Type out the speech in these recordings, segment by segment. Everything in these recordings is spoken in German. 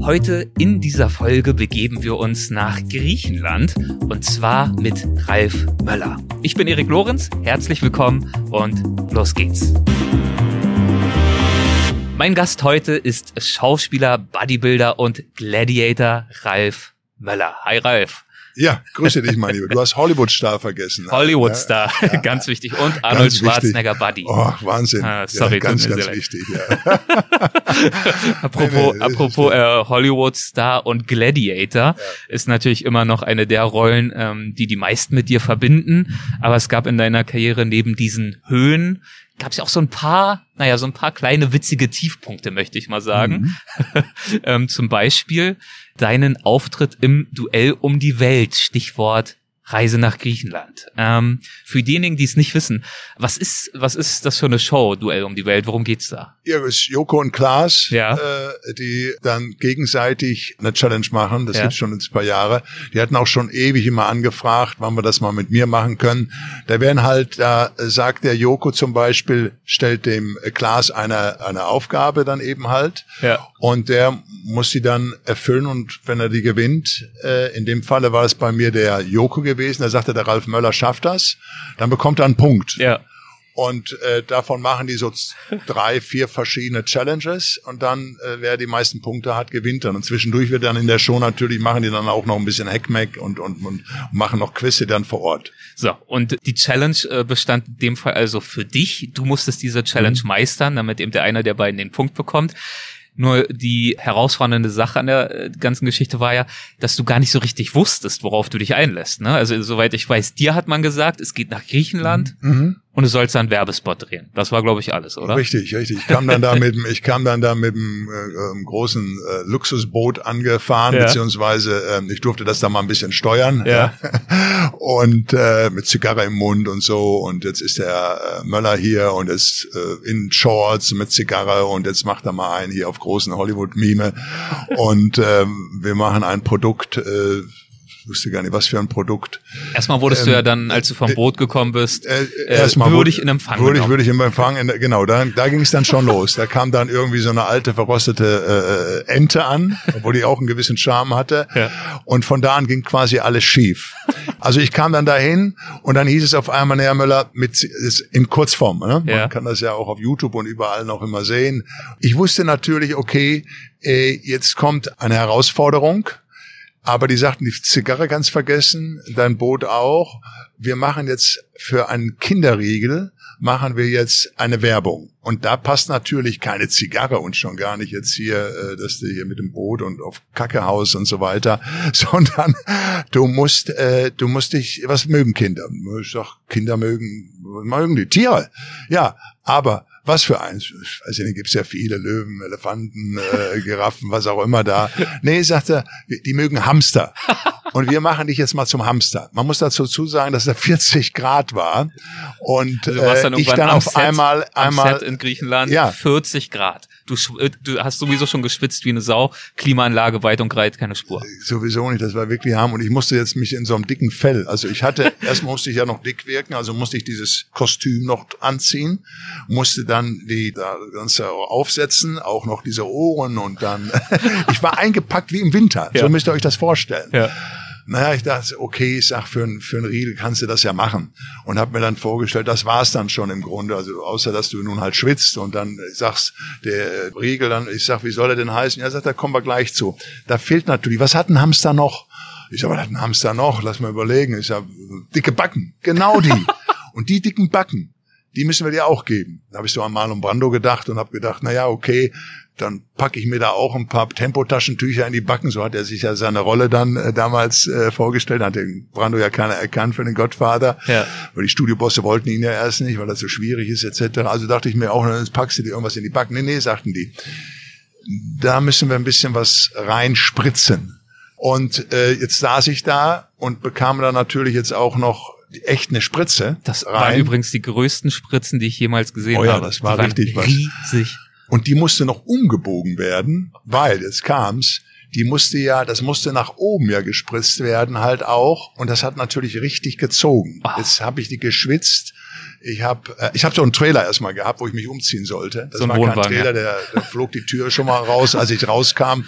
Heute in dieser Folge begeben wir uns nach Griechenland und zwar mit Ralf Möller. Ich bin Erik Lorenz, herzlich willkommen und los geht's. Mein Gast heute ist Schauspieler, Bodybuilder und Gladiator Ralf Möller. Hi Ralf. Ja, grüße dich, mein Lieber. Du hast Hollywood-Star vergessen. Hollywood-Star, ja. Ganz wichtig. Und Arnold Schwarzenegger Buddy. Oh, Wahnsinn. Sorry, ja, ganz wichtig. Ja. Apropos Hollywood-Star und Gladiator ist natürlich immer noch eine der Rollen, die meisten mit dir verbinden. Aber es gab in deiner Karriere neben diesen Höhen gab es ja auch so ein paar kleine witzige Tiefpunkte, möchte ich mal sagen. Zum Beispiel deinen Auftritt im Duell um die Welt, Stichwort Reise nach Griechenland. Für diejenigen, die es nicht wissen, was ist das für eine Show, Duell um die Welt? Worum geht's da? Ja, es ist Joko und Klaas, ja. Die dann gegenseitig eine Challenge machen. Das gibt's schon ein paar Jahre. Die hatten auch schon ewig immer angefragt, wann wir das mal mit mir machen können. Da sagt der Joko zum Beispiel, stellt dem Klaas eine Aufgabe dann eben halt. Ja. Und der muss sie dann erfüllen und wenn er die gewinnt, in dem Falle war es bei mir der Joko gewesen, da sagte der Ralf Möller, schafft das, dann bekommt er einen Punkt. Ja. Und davon machen die so 3, 4 verschiedene Challenges und dann, wer die meisten Punkte hat, gewinnt dann. Und zwischendurch wird dann in der Show natürlich, machen die dann auch noch ein bisschen Hackmack und machen noch Quizze dann vor Ort. So, und die Challenge bestand in dem Fall also für dich. Du musstest diese Challenge meistern, damit eben der einer der beiden den Punkt bekommt. Nur die herausfordernde Sache an der ganzen Geschichte war ja, dass du gar nicht so richtig wusstest, worauf du dich einlässt. Ne? Also soweit ich weiß, dir hat man gesagt, es geht nach Griechenland und du sollst da einen Werbespot drehen. Das war, glaube ich, alles, oder? Richtig. Ich kam dann da mit dem großen Luxusboot angefahren, beziehungsweise ich durfte das da mal ein bisschen steuern. Ja. Und mit Zigarre im Mund und so. Und jetzt ist der Möller hier und ist in Shorts mit Zigarre und jetzt macht er mal einen hier auf großen Hollywood-Mime. Und wir machen ein Produkt, ich wusste gar nicht, was für ein Produkt. Erstmal wurdest du ja dann, als du vom Boot gekommen bist, würdig in Empfang genommen. Würdig im Empfang, genau, da ging es dann schon los. Da kam dann irgendwie so eine alte, verrostete Ente an, obwohl die auch einen gewissen Charme hatte. Ja. Und von da an ging quasi alles schief. Also ich kam dann dahin und dann hieß es auf einmal, Herr Möller, in Kurzform. Ne? Man kann das ja auch auf YouTube und überall noch immer sehen. Ich wusste natürlich, okay, jetzt kommt eine Herausforderung. Aber die sagten, die Zigarre ganz vergessen, dein Boot auch. Wir machen jetzt für einen Kinderriegel, machen wir jetzt eine Werbung. Und da passt natürlich keine Zigarre und schon gar nicht jetzt hier, dass du hier mit dem Boot und auf Kackehaus und so weiter, sondern du musst dich, was mögen Kinder? Ich sag, Kinder mögen die Tiere. Ja, aber was für eins? Also da gibt's ja viele Löwen, Elefanten, Giraffen, was auch immer da. Nee, sagt er, die mögen Hamster. Und wir machen dich jetzt mal zum Hamster. Man muss dazu sagen, dass da 40 Grad war. Und also ich dann auf einmal am Set in Griechenland 40 Grad. Du hast sowieso schon geschwitzt wie eine Sau. Klimaanlage weit und breit, keine Spur. Sowieso nicht, das war wirklich harm. Und ich musste jetzt mich in so einem dicken Fell, also erstmal musste ich ja noch dick wirken, also musste ich dieses Kostüm noch anziehen, musste dann die ganze aufsetzen, auch noch diese Ohren und dann, ich war eingepackt wie im Winter. So müsst ihr euch das vorstellen. Ja. Naja, ich dachte, okay, ich sag, für ein Riegel kannst du das ja machen. Und habe mir dann vorgestellt, das war's dann schon im Grunde. Also außer, dass du nun halt schwitzt und dann sagst, der Riegel dann, ich sag, wie soll er denn heißen? Ja, sagt, da kommen wir gleich zu. Da fehlt natürlich, was hat ein Hamster noch? Ich sag, was hat ein Hamster noch? Lass mal überlegen. Ich sag, dicke Backen. Genau die. Und die dicken Backen, die müssen wir dir auch geben. Da habe ich so an Marlon Brando gedacht und habe gedacht, naja, okay, dann packe ich mir da auch ein paar Tempotaschentücher in die Backen. So hat er sich ja seine Rolle dann damals vorgestellt. Hat den Brando ja keiner erkannt für den Gottvater. Ja. Weil die Studiobosse wollten ihn ja erst nicht, weil das so schwierig ist etc. Also dachte ich mir auch, jetzt packst du dir irgendwas in die Backen. Nee, sagten die. Da müssen wir ein bisschen was reinspritzen. Und jetzt saß ich da und bekam dann natürlich jetzt auch noch echt eine Spritze. Das waren übrigens die größten Spritzen, die ich jemals gesehen habe. Oh ja, das war richtig was. Riesig. Und die musste noch umgebogen werden, weil, jetzt kam's, das musste nach oben ja gespritzt werden halt auch. Und das hat natürlich richtig gezogen. Jetzt habe ich die geschwitzt. Ich habe so einen Trailer erstmal gehabt, wo ich mich umziehen sollte. Das so war kein Trailer, der flog die Tür schon mal raus. Als ich rauskam,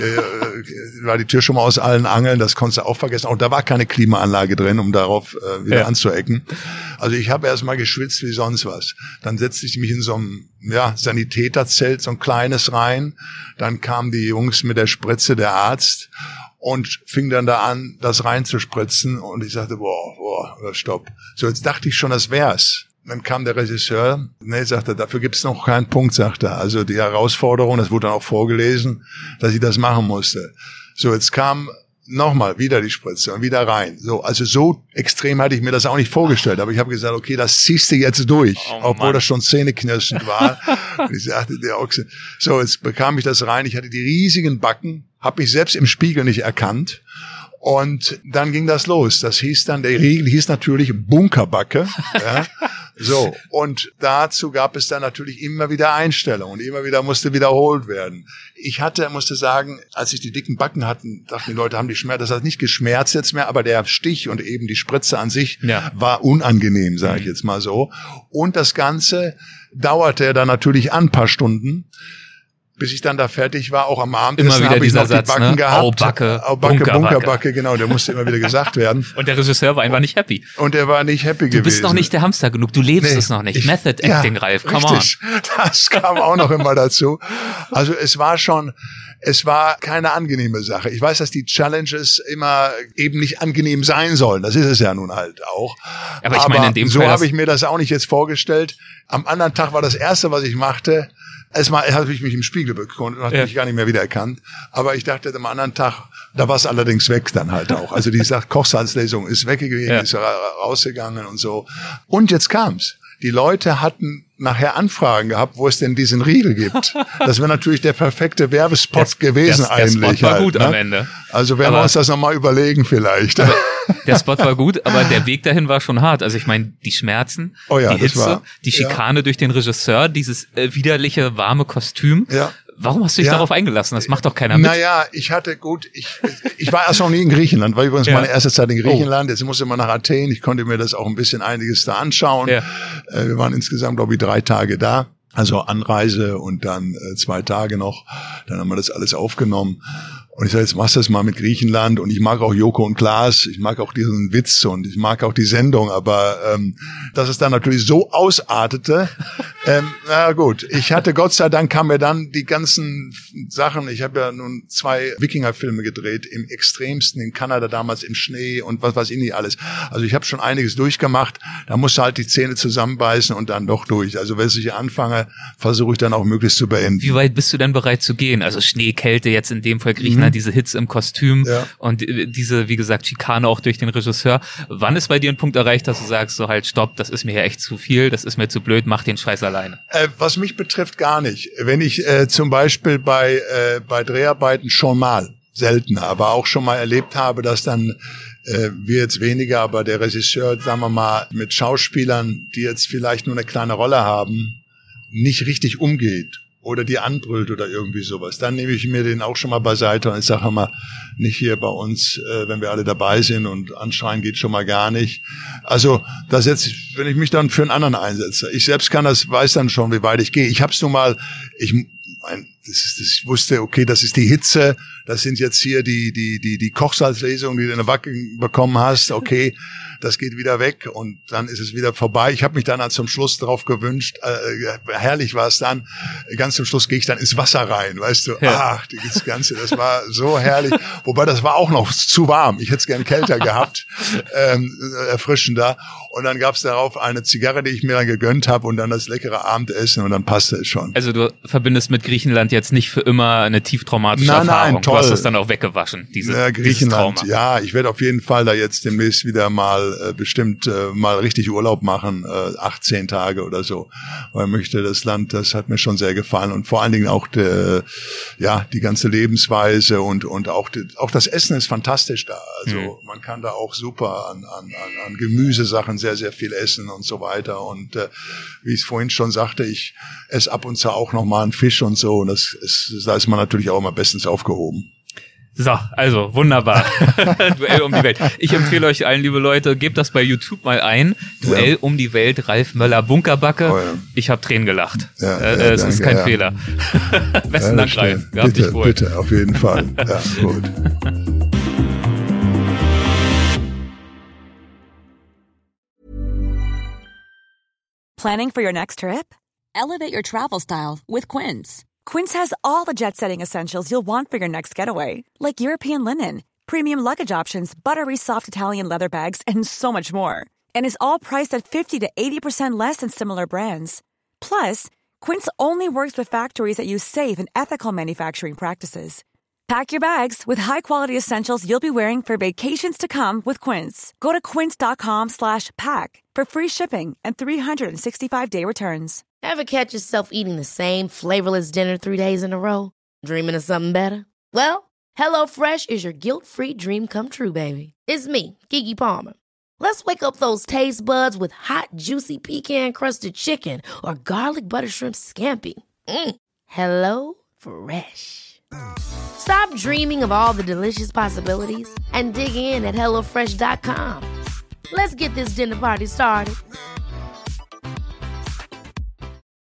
war die Tür schon mal aus allen Angeln. Das konntest du auch vergessen. Auch da war keine Klimaanlage drin, um darauf wieder anzuecken. Also ich habe erstmal geschwitzt wie sonst was. Dann setzte ich mich in so einem Sanitäterzelt, so ein kleines rein. Dann kamen die Jungs mit der Spritze, der Arzt, und fing dann da an, das reinzuspritzen. Und ich sagte, boah, stopp. So, jetzt dachte ich schon, das wär's. Dann kam der Regisseur, sagte, dafür gibt's noch keinen Punkt, sagte er. Also die Herausforderung, das wurde dann auch vorgelesen, dass ich das machen musste. So, jetzt kam nochmal wieder die Spritze und wieder rein. So, also so extrem hatte ich mir das auch nicht vorgestellt. Aber ich habe gesagt, okay, das ziehst du jetzt durch, obwohl das schon zähneknirschend war. Und ich sagte, der Ochse. So, jetzt bekam ich das rein. Ich hatte die riesigen Backen, habe mich selbst im Spiegel nicht erkannt. Und dann ging das los. Das hieß dann, der Riegel hieß natürlich Bunkerbacke. Ja. So, und dazu gab es dann natürlich immer wieder Einstellungen und immer wieder musste wiederholt werden. Ich musste sagen, als ich die dicken Backen hatten, dachten die Leute, haben die Schmerz, das hat nicht geschmerzt jetzt mehr, aber der Stich und eben die Spritze an sich war unangenehm, sage ich jetzt mal so. Und das Ganze dauerte dann natürlich ein paar Stunden, bis ich dann da fertig war. Auch am Abendessen habe ich noch die Backen gehabt. Aubacke, Bunkerbacke, genau, der musste immer wieder gesagt werden. Und der Regisseur war einfach nicht happy. Und er war nicht happy gewesen. Du bist noch nicht der Hamster genug, du lebst es noch nicht. Method Acting, Ralf, come richtig. On. Das kam auch noch immer dazu. Also es war keine angenehme Sache. Ich weiß, dass die Challenges immer eben nicht angenehm sein sollen. Das ist es ja nun halt auch. Aber ich meine, in dem so habe ich mir das auch nicht jetzt vorgestellt. Am anderen Tag war das Erste, was ich machte, erstmal habe ich mich im Spiegel bekommen und habe mich gar nicht mehr wiedererkannt. Aber ich dachte, am anderen Tag, da war es allerdings weg dann halt auch. Also die Kochsalzlesung ist weggegangen, ist rausgegangen und so. Und jetzt kam's. Die Leute hatten nachher Anfragen gehabt, wo es denn diesen Riegel gibt. Das wäre natürlich der perfekte Werbespot gewesen eigentlich. Der Spot war gut am Ende. Also werden wir uns das nochmal überlegen vielleicht. Der Spot war gut, aber der Weg dahin war schon hart. Also ich meine, die Schmerzen, die Hitze, die Schikane durch den Regisseur, dieses widerliche, warme Kostüm. Ja. Warum hast du dich darauf eingelassen? Das macht doch keiner mit. Naja, ich war erst noch nie in Griechenland, war übrigens meine erste Zeit in Griechenland. Jetzt musste man nach Athen. Ich konnte mir das auch ein bisschen einiges da anschauen. Ja. Wir waren insgesamt, glaube ich, 3 Tage da. Also Anreise und dann 2 Tage noch. Dann haben wir das alles aufgenommen. Und ich sage, jetzt machst du das mal mit Griechenland. Und ich mag auch Joko und Klaas. Ich mag auch diesen Witz und ich mag auch die Sendung. Aber dass es dann natürlich so ausartete, na gut. Ich hatte, Gott sei Dank, kamen mir dann die ganzen Sachen. Ich habe ja nun 2 Wikinger-Filme gedreht, im extremsten, in Kanada damals im Schnee und was weiß ich nicht alles. Also ich habe schon einiges durchgemacht. Da musst du halt die Zähne zusammenbeißen und dann doch durch. Also wenn ich anfange, versuche ich dann auch möglichst zu beenden. Wie weit bist du denn bereit zu gehen? Also Schnee, Kälte, jetzt in dem Fall Griechenland, diese Hitze im Kostüm und diese, wie gesagt, Schikane auch durch den Regisseur. Wann ist bei dir ein Punkt erreicht, dass du sagst, so halt, stopp, das ist mir ja echt zu viel, das ist mir zu blöd, mach den Scheiß alleine? Was mich betrifft, gar nicht. Wenn ich zum Beispiel bei Dreharbeiten schon mal, seltener, aber auch schon mal erlebt habe, dass dann wir jetzt weniger, aber der Regisseur, sagen wir mal, mit Schauspielern, die jetzt vielleicht nur eine kleine Rolle haben, nicht richtig umgeht oder die anbrüllt oder irgendwie sowas, dann nehme ich mir den auch schon mal beiseite und ich sage mal, nicht hier bei uns, wenn wir alle dabei sind und anschreien geht schon mal gar nicht. Also das jetzt, wenn ich mich dann für einen anderen einsetze. Ich selbst weiß dann schon, wie weit ich gehe. Ich hab's nun mal, ich wusste, okay, das ist die Hitze, das sind jetzt hier die Kochsalzlesungen, die du in der Backe bekommen hast, okay, das geht wieder weg und dann ist es wieder vorbei. Ich habe mich dann zum Schluss drauf gewünscht, herrlich war es dann, ganz zum Schluss gehe ich dann ins Wasser rein, weißt du, ach, das Ganze, das war so herrlich, wobei das war auch noch zu warm, ich hätte es gern kälter gehabt, erfrischender und dann gab es darauf eine Zigarre, die ich mir dann gegönnt habe und dann das leckere Abendessen und dann passte es schon. Also du verbindest mit Griechenland jetzt nicht für immer eine tieftraumatische Erfahrung. Nein, toll. Du hast es dann auch weggewaschen, dieses Trauma. Ja, ich werde auf jeden Fall da jetzt demnächst wieder mal bestimmt mal richtig Urlaub machen, 18 Tage oder so, weil ich möchte das Land, das hat mir schon sehr gefallen und vor allen Dingen auch die ganze Lebensweise und auch das Essen ist fantastisch da. Also man kann da auch super an Gemüsesachen sehr, sehr viel essen und so weiter und wie ich es vorhin schon sagte, ich esse ab und zu auch noch mal einen Fisch und so und da ist man natürlich auch immer bestens aufgehoben. So, also wunderbar. Duell um die Welt. Ich empfehle euch allen, liebe Leute, gebt das bei YouTube mal ein. Duell um die Welt, Ralf Möller Bunkerbacke. Oh, ja. Ich habe Tränen gelacht. Ja, es ist kein Fehler. Besten Dank, Ralf. Bitte, auf jeden Fall. Ja, gut. Planning for your next trip? Elevate your travel style with Quince. Quince has all the jet-setting essentials you'll want for your next getaway, like European linen, premium luggage options, buttery soft Italian leather bags, and so much more. And is all priced at 50 to 80% less than similar brands. Plus, Quince only works with factories that use safe and ethical manufacturing practices. Pack your bags with high-quality essentials you'll be wearing for vacations to come with Quince. Go to quince.com/pack for free shipping and 365-day returns. Ever catch yourself eating the same flavorless dinner 3 days in a row? Dreaming of something better? Well, HelloFresh is your guilt-free dream come true, baby. It's me, Keke Palmer. Let's wake up those taste buds with hot, juicy pecan-crusted chicken or garlic butter shrimp scampi. Hello Fresh. Stop dreaming of all the delicious possibilities and dig in at HelloFresh.com. Let's get this dinner party started.